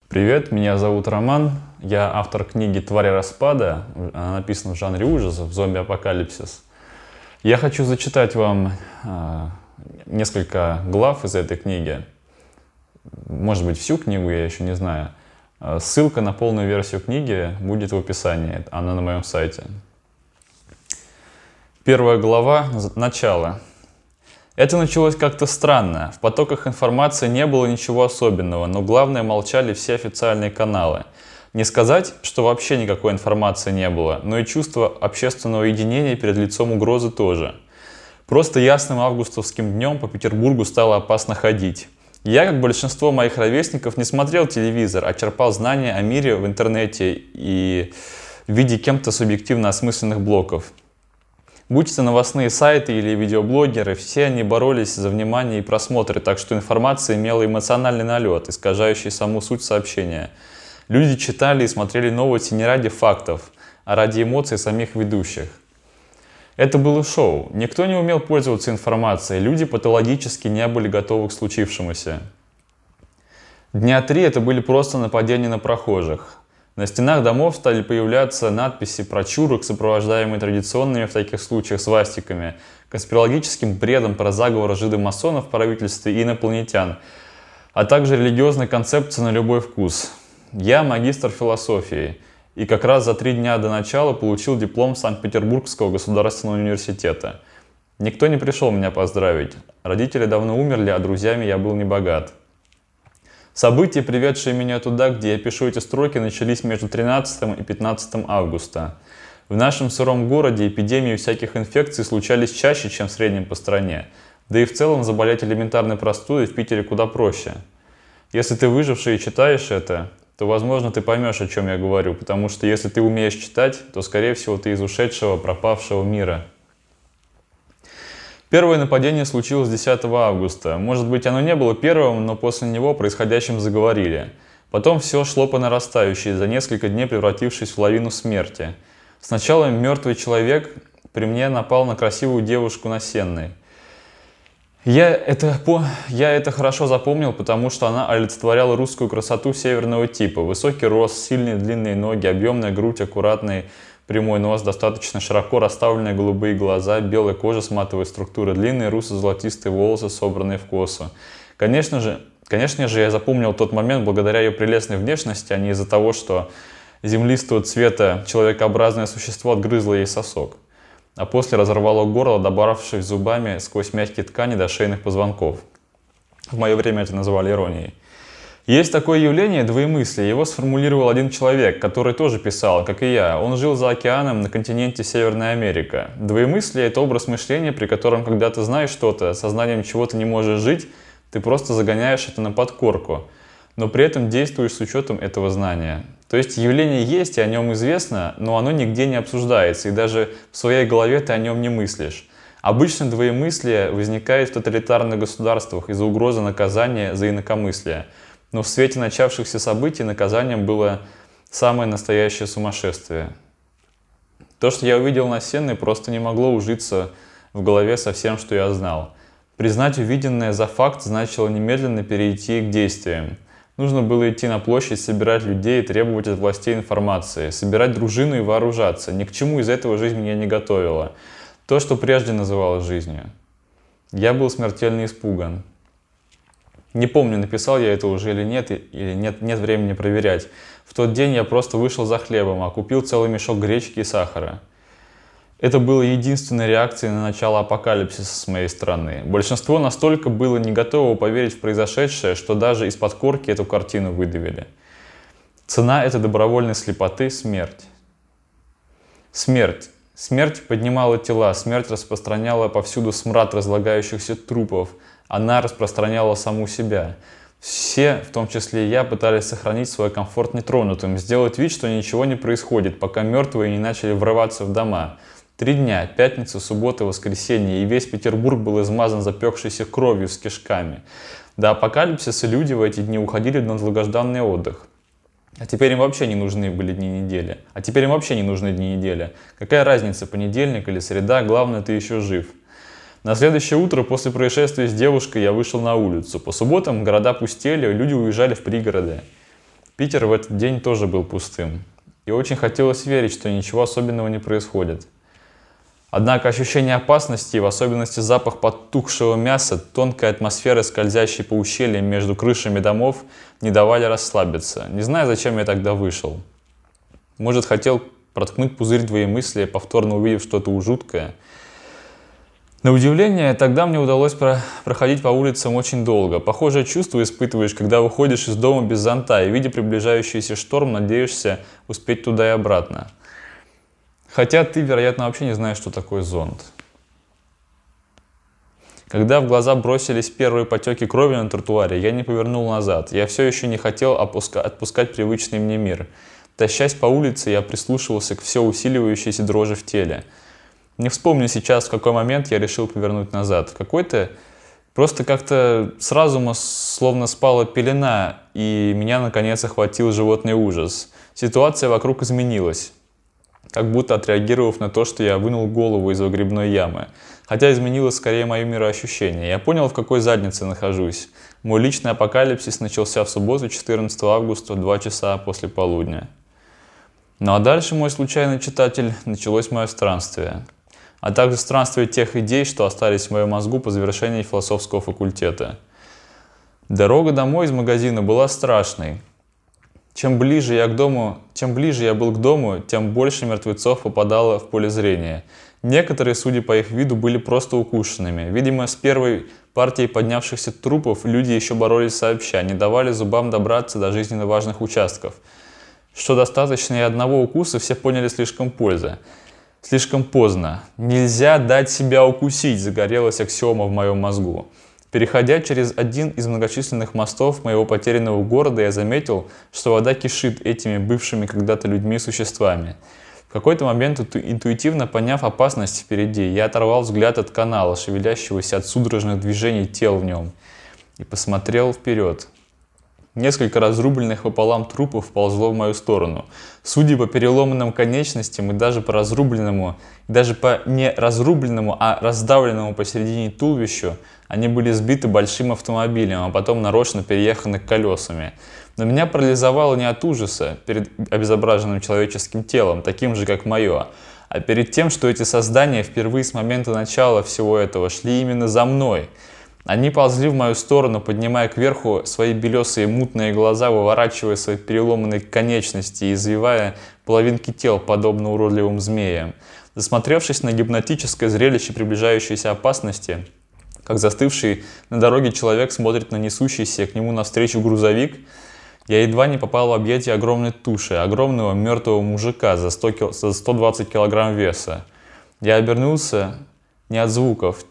Привет, меня зовут Роман, я автор книги «Твари распада», она написана в жанре ужасов, зомби-апокалипсис. Я хочу зачитать вам несколько глав из этой книги, может быть всю книгу, я еще не знаю. Ссылка на полную версию книги будет в описании, она на моем сайте. Первая глава, начало. Это началось как-то странно. В потоках информации не было ничего особенного, но главное, молчали все официальные каналы. Не сказать, что вообще никакой информации не было, но и чувство общественного единения перед лицом угрозы тоже. Просто ясным августовским днем по Петербургу стало опасно ходить. Я, как большинство моих ровесников, не смотрел телевизор, а черпал знания о мире в интернете и в виде кем-то субъективно осмысленных блоков. Будь это новостные сайты или видеоблогеры, все они боролись за внимание и просмотры, так что информация имела эмоциональный налет, искажающий саму суть сообщения. Люди читали и смотрели новости не ради фактов, а ради эмоций самих ведущих. Это было шоу. Никто не умел пользоваться информацией, люди патологически не были готовы к случившемуся. Дня 3 это были просто нападения на прохожих. На стенах домов стали появляться надписи про чурок, сопровождаемые традиционными в таких случаях свастиками, конспирологическим бредом про заговор жидомасонов в правительстве и инопланетян, а также религиозной концепцией на любой вкус. Я магистр философии и как раз за 3 дня до начала получил диплом Санкт-Петербургского государственного университета. Никто не пришел меня поздравить. Родители давно умерли, а друзьями я был не богат. События, приведшие меня туда, где я пишу эти строки, начались между 13 и 15 августа. В нашем сыром городе эпидемии всяких инфекций случались чаще, чем в среднем по стране. Да и в целом заболеть элементарной простудой в Питере куда проще. Если ты выживший и читаешь это, то, возможно, ты поймешь, о чем я говорю, потому что если ты умеешь читать, то, скорее всего, ты из ушедшего, пропавшего мира. Первое нападение случилось 10 августа. Может быть, оно не было первым, но после него о происходящем заговорили. Потом все шло по нарастающей, за несколько дней превратившись в лавину смерти. Сначала мертвый человек при мне напал на красивую девушку на Сенной. Я это хорошо запомнил, потому что она олицетворяла русскую красоту северного типа. Высокий рост, сильные длинные ноги, объемная грудь, аккуратный прямой нос, достаточно широко расставленные голубые глаза, белая кожа с матовой структурой, длинные руссо-золотистые волосы, собранные в косу. Конечно же, я запомнил тот момент благодаря ее прелестной внешности, а не из-за того, что землистого цвета человекообразное существо отгрызло ей сосок, а после разорвало горло, добравшись зубами сквозь мягкие ткани до шейных позвонков. В мое время это называли иронией. Есть такое явление двоемыслие. Его сформулировал один человек, который тоже писал, как и я. Он жил за океаном на континенте Северная Америка. Двоемыслие – это образ мышления, при котором, когда ты знаешь что-то, сознанием чего ты не можешь жить, ты просто загоняешь это на подкорку, но при этом действуешь с учетом этого знания. То есть явление есть, и о нем известно, но оно нигде не обсуждается, и даже в своей голове ты о нем не мыслишь. Обычно двоемыслие возникает в тоталитарных государствах из-за угрозы наказания за инакомыслие. Но в свете начавшихся событий наказанием было самое настоящее сумасшествие. То, что я увидел на Сенной, просто не могло ужиться в голове со всем, что я знал. Признать увиденное за факт значило немедленно перейти к действиям. Нужно было идти на площадь, собирать людей и требовать от властей информации, собирать дружину и вооружаться. Ни к чему из этого жизнь меня не готовила. То, что прежде называлось жизнью. Я был смертельно испуган. Не помню, написал я это уже или нет времени проверять. В тот день я просто вышел за хлебом, а купил целый мешок гречки и сахара. Это было единственной реакцией на начало апокалипсиса с моей стороны. Большинство настолько было не готово поверить в произошедшее, что даже из-под корки эту картину выдавили. Цена этой добровольной слепоты – смерть. Смерть. Смерть поднимала тела, смерть распространяла повсюду смрад разлагающихся трупов. Она распространяла саму себя. Все, в том числе и я, пытались сохранить свой комфорт нетронутым, сделать вид, что ничего не происходит, пока мертвые не начали врываться в дома. 3 дня, пятница, суббота, воскресенье, и весь Петербург был измазан запекшейся кровью с кишками. До апокалипсиса люди в эти дни уходили на долгожданный отдых. А теперь им вообще не нужны были дни недели. Какая разница, понедельник или среда, главное, ты еще жив. На следующее утро после происшествия с девушкой я вышел на улицу. По субботам города пустели, люди уезжали в пригороды. Питер в этот день тоже был пустым. И очень хотелось верить, что ничего особенного не происходит. Однако ощущение опасности, в особенности запах подтухшего мяса, тонкая атмосфера, скользящей по ущельям между крышами домов, не давали расслабиться. Не знаю, зачем я тогда вышел. Может, хотел проткнуть пузырь двоемыслия, повторно увидев что-то жуткое. На удивление, тогда мне удалось проходить по улицам очень долго. Похожее чувство испытываешь, когда выходишь из дома без зонта и, видя приближающийся шторм, надеешься успеть туда и обратно. Хотя ты, вероятно, вообще не знаешь, что такое зонт. Когда в глаза бросились первые потеки крови на тротуаре, я не повернул назад. Я все еще не хотел отпускать привычный мне мир. Тащась по улице, я прислушивался к все усиливающейся дрожи в теле. Не вспомню сейчас, в какой момент я решил повернуть назад. В какой-то просто как-то с разума словно спала пелена, и меня наконец охватил животный ужас. Ситуация вокруг изменилась, как будто отреагировав на то, что я вынул голову из выгребной ямы. Хотя изменилось скорее мое мироощущение. Я понял, в какой заднице нахожусь. Мой личный апокалипсис начался в субботу, 14 августа, в 2 часа после полудня. Ну а дальше, мой случайный читатель, началось мое странствие. А также странствие тех идей, что остались в моем мозгу по завершении философского факультета. Дорога домой из магазина была страшной. Чем ближе я был к дому, тем больше мертвецов попадало в поле зрения. Некоторые, судя по их виду, были просто укушенными. Видимо, с первой партией поднявшихся трупов люди еще боролись сообща, не давали зубам добраться до жизненно важных участков. Что достаточно и одного укуса, все поняли слишком поздно. Нельзя дать себя укусить, загорелась аксиома в моем мозгу. Переходя через один из многочисленных мостов моего потерянного города, я заметил, что вода кишит этими бывшими когда-то людьми и существами. В какой-то момент, интуитивно поняв опасность впереди, я оторвал взгляд от канала, шевелящегося от судорожных движений тел в нем, и посмотрел вперед. Несколько разрубленных пополам трупов ползло в мою сторону. Судя по переломанным конечностям и даже по не разрубленному, а раздавленному посередине туловищу, они были сбиты большим автомобилем, а потом нарочно перееханы колесами. Но меня парализовало не от ужаса перед обезображенным человеческим телом, таким же, как мое, а перед тем, что эти создания впервые с момента начала всего этого шли именно за мной. Они ползли в мою сторону, поднимая кверху свои белесые мутные глаза, выворачивая свои переломанные конечности и извивая половинки тел, подобно уродливым змеям. Засмотревшись на гипнотическое зрелище приближающейся опасности, как застывший на дороге человек смотрит на несущийся к нему навстречу грузовик, я едва не попал в объятия огромной туши, огромного мертвого мужика за 120 килограмм веса. Я обернулся не от звуков.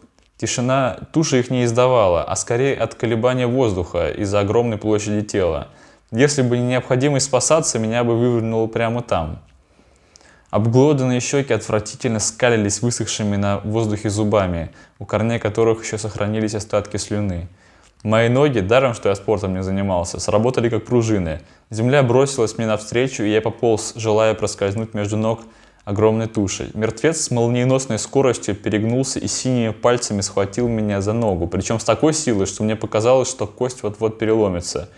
Туша их не издавала, а скорее от колебания воздуха из-за огромной площади тела. Если бы не необходимость спасаться, меня бы вывернуло прямо там. Обглоданные щеки отвратительно скалились высохшими на воздухе зубами, у корней которых еще сохранились остатки слюны. Мои ноги, даром что я спортом не занимался, сработали как пружины. Земля бросилась мне навстречу, и я пополз, желая проскользнуть между ног огромной туши. Мертвец с молниеносной скоростью перегнулся и синими пальцами схватил меня за ногу, причем с такой силой, что мне показалось, что кость вот-вот переломится.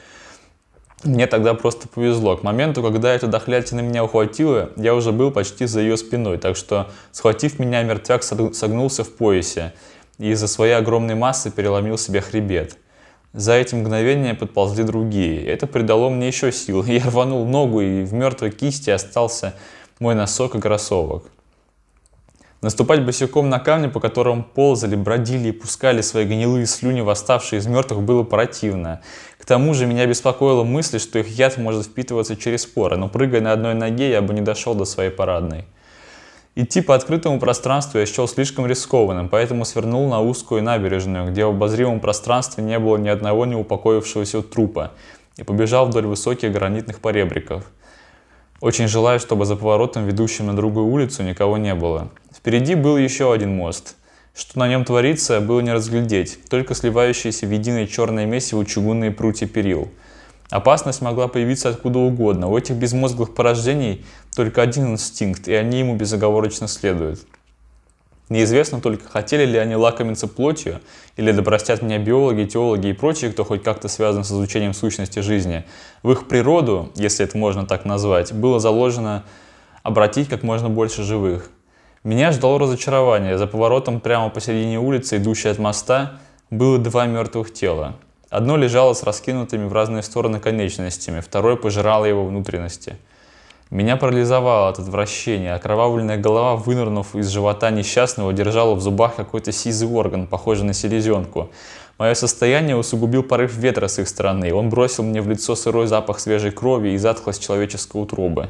Мне тогда просто повезло. К моменту, когда эта дохлятина меня ухватила, я уже был почти за ее спиной, так что, схватив меня, мертвяк согнулся в поясе и из-за своей огромной массы переломил себе хребет. За эти мгновения подползли другие. Это придало мне еще сил. Я рванул ногу, и в мертвой кисти остался мой носок и кроссовок. Наступать босиком на камни, по которым ползали, бродили и пускали свои гнилые слюни, восставшие из мертвых, было противно. К тому же меня беспокоила мысль, что их яд может впитываться через поры, но прыгая на одной ноге, я бы не дошел до своей парадной. Идти по открытому пространству я счел слишком рискованным, поэтому свернул на узкую набережную, где в обозримом пространстве не было ни одного неупокоившегося трупа, и побежал вдоль высоких гранитных поребриков. Очень желаю, чтобы за поворотом, ведущим на другую улицу, никого не было. Впереди был еще один мост. Что на нем творится, было не разглядеть, только сливающиеся в единое черное месиво чугунные прутья перил. Опасность могла появиться откуда угодно. У этих безмозглых порождений только один инстинкт, и они ему безоговорочно следуют. Неизвестно только, хотели ли они лакомиться плотью, или да простят меня биологи, теологи и прочие, кто хоть как-то связан с изучением сущности жизни. В их природу, если это можно так назвать, было заложено обратить как можно больше живых. Меня ждало разочарование. За поворотом прямо посередине улицы, идущей от моста, было два мертвых тела. Одно лежало с раскинутыми в разные стороны конечностями, второе пожирало его внутренности. Меня парализовало от отвращения. Окровавленная голова, вынырнув из живота несчастного, держала в зубах какой-то сизый орган, похожий на селезенку. Мое состояние усугубил порыв ветра с их стороны. Он бросил мне в лицо сырой запах свежей крови и затхлость человеческой утробы.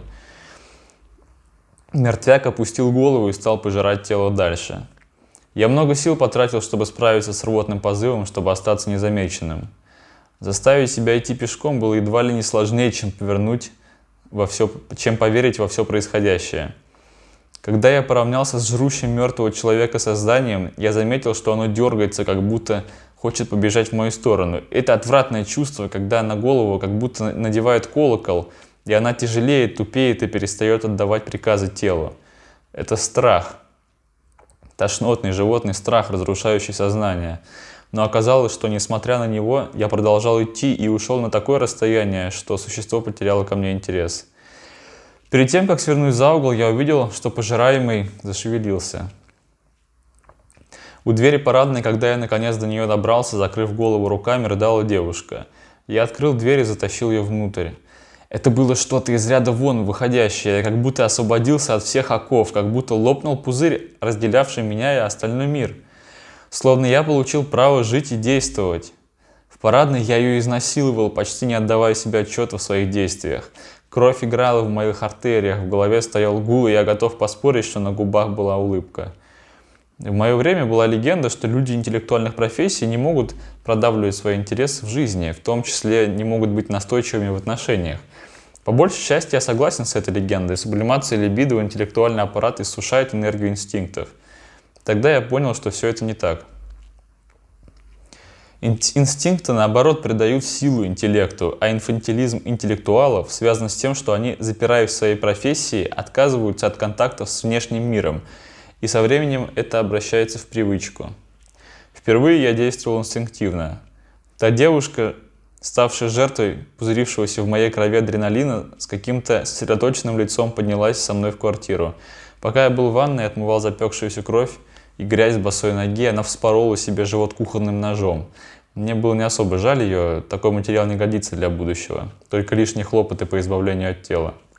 Мертвяк опустил голову и стал пожирать тело дальше. Я много сил потратил, чтобы справиться с рвотным позывом, чтобы остаться незамеченным. Заставить себя идти пешком было едва ли не сложнее, чем поверить во все происходящее. Когда я поравнялся с жрущим мертвого человека созданием, я заметил, что оно дергается, как будто хочет побежать в мою сторону. Это отвратное чувство, когда на голову как будто надевают колокол, и она тяжелеет, тупеет и перестает отдавать приказы телу. Это страх. Тошнотный животный страх, разрушающий сознание. Но оказалось, что несмотря на него, я продолжал идти и ушел на такое расстояние, что существо потеряло ко мне интерес. Перед тем, как свернуть за угол, я увидел, что пожираемый зашевелился. У двери парадной, когда я наконец до нее добрался, закрыв голову руками, рыдала девушка. Я открыл дверь и затащил ее внутрь. Это было что-то из ряда вон выходящее, я как будто освободился от всех оков, как будто лопнул пузырь, разделявший меня и остальной мир. Словно я получил право жить и действовать. В парадной я ее изнасиловал, почти не отдавая себе отчета в своих действиях. Кровь играла в моих артериях, в голове стоял гул, и я готов поспорить, что на губах была улыбка. В мое время была легенда, что люди интеллектуальных профессий не могут продавливать свои интересы в жизни, в том числе не могут быть настойчивыми в отношениях. По большей части я согласен с этой легендой. Сублимация либидо в интеллектуальный аппарат иссушает энергию инстинктов. Тогда я понял, что все это не так. Инстинкты, наоборот, придают силу интеллекту, а инфантилизм интеллектуалов связан с тем, что они, запираясь в своей профессии, отказываются от контактов с внешним миром, и со временем это обращается в привычку. Впервые я действовал инстинктивно. Та девушка, ставшая жертвой пузырившегося в моей крови адреналина, с каким-то сосредоточенным лицом поднялась со мной в квартиру. Пока я был в ванной и отмывал запекшуюся кровь и грязь с босой ноги, она вспорола себе живот кухонным ножом. Мне было не особо жаль ее, такой материал не годится для будущего, только лишние хлопоты по избавлению от тела.